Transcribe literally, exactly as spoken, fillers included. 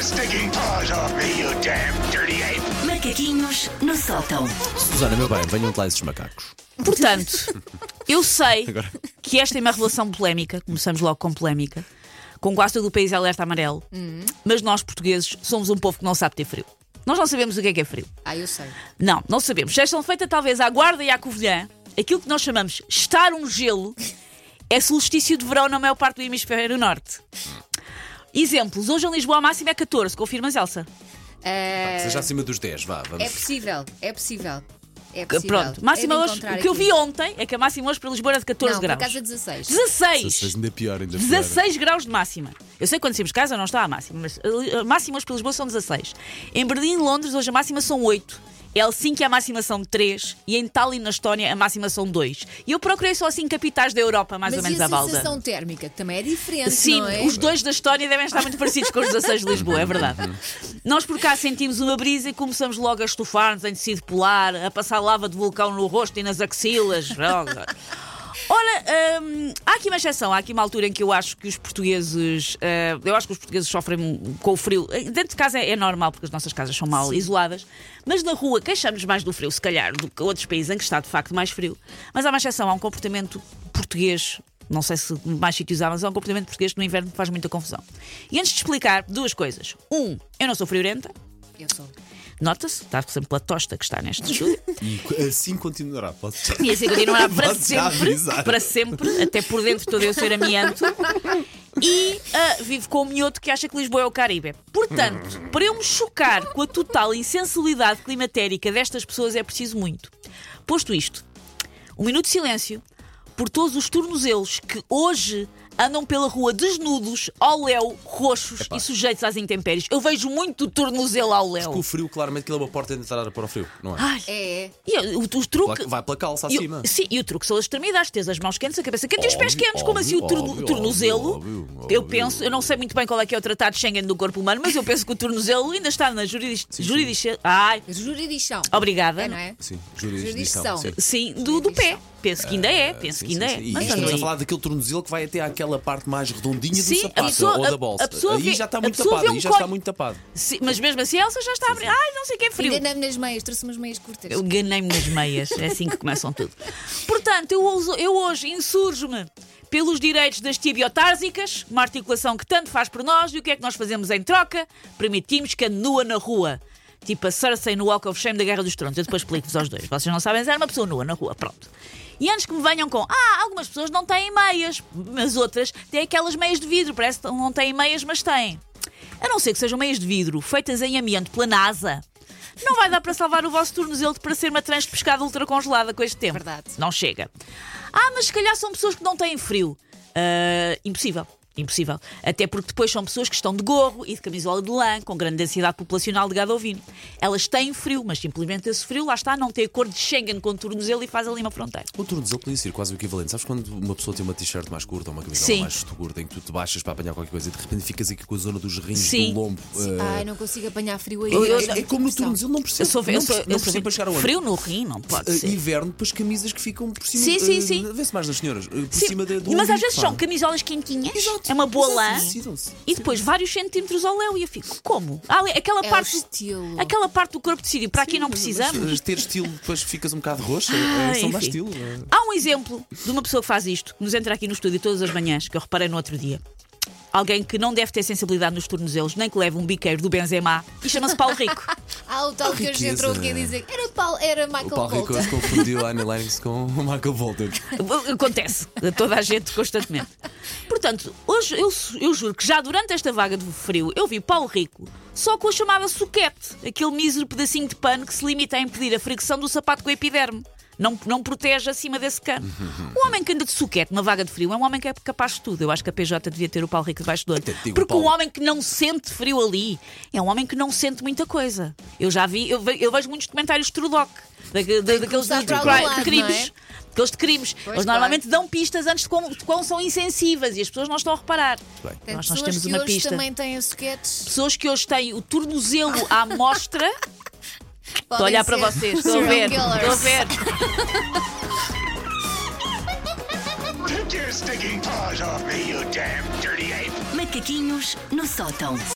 stinking paws off me, you damn dirty ape! Macaquinhos no sótão. Susana, meu bem, venham de lá esses macacos. Portanto, eu sei que esta é uma revelação polémica. Começamos logo com polémica. Com quase todo o país alerta amarelo. Hum. Mas nós, portugueses, somos um povo que não sabe ter frio. Nós não sabemos o que é que é frio. Ah, eu sei. Não, não sabemos. Exceção feita talvez à Guarda e à Covilhã, aquilo que nós chamamos estar um gelo é solstício de verão na maior parte do hemisfério norte. Exemplos. Hoje em Lisboa a máxima é catorze. Confirmas, Elsa? É... Seja acima dos dez, vá, vamos. é possível, é possível. É possível. Pronto. Máxima É de hoje, encontrar o que eu aqui. vi ontem é que a máxima hoje para Lisboa era de catorze Não, graus. por acaso é dezasseis. dezasseis! dezasseis, ainda pior, ainda pior. dezasseis graus de máxima. Eu sei que quando saímos de casa não está a máxima, mas a máxima hoje para Lisboa são dezasseis. Em Berlim e Londres hoje a máxima são oito. Em Helsinki a máxima são três. E em Tallinn, na Estónia, a máxima são dois. E eu procurei só assim capitais da Europa, mais Mas ou menos e a à balda. sensação térmica, que também é diferente, Sim, não é? os dois da Estónia devem estar muito parecidos com os dezasseis de Lisboa, é verdade. Nós por cá sentimos uma brisa e começamos logo a estufar-nos em tecido polar, a passar lava de vulcão no rosto e nas axilas. Ora, hum, há aqui uma exceção, há aqui uma altura em que eu acho que os portugueses, uh, eu acho que os portugueses sofrem com o frio. Dentro de casa é, é normal, porque as nossas casas são mal isoladas, mas na rua queixamos mais do frio, se calhar, do que outros países em que está de facto mais frio. Mas há uma exceção, há um comportamento português, não sei se mais sítios há, mas há um comportamento português que no inverno faz muita confusão. E antes de explicar, duas coisas. Um, eu não sou friorenta. Eu sou. Nota-se, está sempre pela tosta que está neste estúdio. E assim continuará, pode ser. E assim continuará para Posso já sempre, avisar. para sempre, até por dentro todo eu ser amianto. E uh, vivo com o minhoto que acha que Lisboa é o Caribe. Portanto, para eu me chocar com a total insensibilidade climatérica destas pessoas é preciso muito. Posto isto, um minuto de silêncio por todos os tornozelos que hoje andam pela rua desnudos, ao léu, roxos Epá. e sujeitos às intempéries. Eu vejo muito tornozelo ao léu. Com o frio, claramente, que ele é uma porta de entrada para o frio, não é? Ai, É, é. e o, o, o truque... Vai pela calça E o- acima. sim, e o truque são as extremidades, tens as mãos quentes, a cabeça quente e os pés Óbvio, quentes, como assim o óbvio, torno- óbvio, tornozelo. óbvio, óbvio, Eu óbvio. penso, eu não sei muito bem qual é que é o tratado de Schengen do corpo humano, mas eu penso que o tornozelo ainda está na jurisdição. Jurisdição. Ai, Jurisdição. obrigada. É, não é? Sim, Jurisdição. jurisdição. Sim. Sim, do, do pé. Penso que ainda é, penso Sim, que ainda sim, é. sim. E Mas estamos ando a aí. falar daquele tornozelo que vai até àquela parte mais redondinha Sim, do a sapato pessoa- ou a- da bolsa. a pessoa Aí vê- já está a muito pessoa tapado. vê Aí um já coi- está muito tapado. Sim, mas mesmo assim, a Elsa já está a abrir. Ai, não sei o que é frio. Enganei-me nas meias, trouxe umas meias curtas. Eu ganhei-me nas meias, é assim que começam tudo. Portanto, eu, uso- eu hoje insurjo-me pelos direitos das tibiotársicas, uma articulação que tanto faz por nós, e o que é que nós fazemos em troca? Permitimos que ande nua na rua. Tipo a Cersei no Walk of Shame da Guerra dos Tronos. Eu depois explico-vos aos dois. Vocês não sabem, era uma pessoa nua na rua, pronto. E antes que me venham com, ah, algumas pessoas não têm meias, mas outras têm aquelas meias de vidro, parece que não têm meias, mas têm. A não ser que sejam meias de vidro, feitas em amianto pela NASA, não vai dar para salvar o vosso tornozelo para ser uma tranche de pescado ultracongelada com este tempo. Verdade. Não chega. Ah, mas se calhar são pessoas que não têm frio. Ah, impossível. Impossível. Até porque depois são pessoas que estão de gorro e de camisola de lã, com grande densidade populacional de gado ovino. Elas têm frio, mas simplesmente esse frio, lá está, não tem acordo de Schengen com o tornozelo e faz ali uma fronteira. O tornozelo podia ser quase o equivalente. Sabes quando uma pessoa tem uma t-shirt mais curta ou uma camisola Sim. mais curta em que tu te baixas para apanhar qualquer coisa e de repente ficas aqui com a zona dos rins Sim. do lombo. eh, Ai, não consigo apanhar frio aí. Eu- eu- é, é como no tornozelo, não Eu percebo. sou, não eu sou, percebo, não eu sou percebo para chegar ao ano. frio no rim, não pode Eh, ser. Inverno, depois camisas que ficam por cima. Sim, sim, eh, sim. Vê-se mais nas senhoras. eh, Por Sim, cima da, do mas às umbigo, vezes pá. são camisolas quentinhas, Exato, é uma boa exato, lã decidam-se. e depois vários centímetros ao léu e eu fico, como? Ah, ali, aquela, É o parte, estilo. aquela parte do corpo decídio, para aqui não Mas, precisamos. mas ter estilo, depois ficas um bocado roxa. Ah, é, só dá enfim. estilo. é. Há um exemplo de uma pessoa que faz isto, que nos entra aqui no estúdio todas as manhãs, que eu reparei no outro dia. Alguém que não deve ter sensibilidade nos tornozelos, nem que leve um biqueiro do Benzema, e chama-se Paulo Rico. Ah, o tal que hoje riqueza. entrou aqui a dizer que era, Paulo, era Michael O Paulo Rico Bolton. hoje confundiu a Annie Lennox com o Michael Bolton. Acontece a toda a gente constantemente. Portanto, hoje eu, eu juro que já durante esta vaga de frio eu vi Paulo Rico só com a chamada soquete, aquele mísero pedacinho de pano que se limita a impedir a fricção do sapato com a epiderme. Não, não protege acima desse cano. O homem que anda de soquete numa vaga de frio é um homem que é capaz de tudo. Eu acho que a P J devia ter o Paulo Rico debaixo do olho. Até te digo, Porque Paulo. um homem que não sente frio ali é um homem que não sente muita coisa. Eu já vi, eu, ve- eu vejo muitos documentários de Trudoc, da, da, daqueles começar de, por de, algum cri- lado, de crimes. não é? Aqueles de crimes. Pois, Eles normalmente dão pistas antes de quão, de quão são insensíveis e as pessoas não estão a reparar. Bem. Tem Nós, nós pessoas temos que uma hoje pista. também têm soquetes. Pessoas que hoje têm o tornozelo à mostra. Estou a Podem olhar para ser vocês, estou a ver, serial estou a killers. ver. Take your stinking paws off me, you damn dirty ape! Macaquinhos no sótão.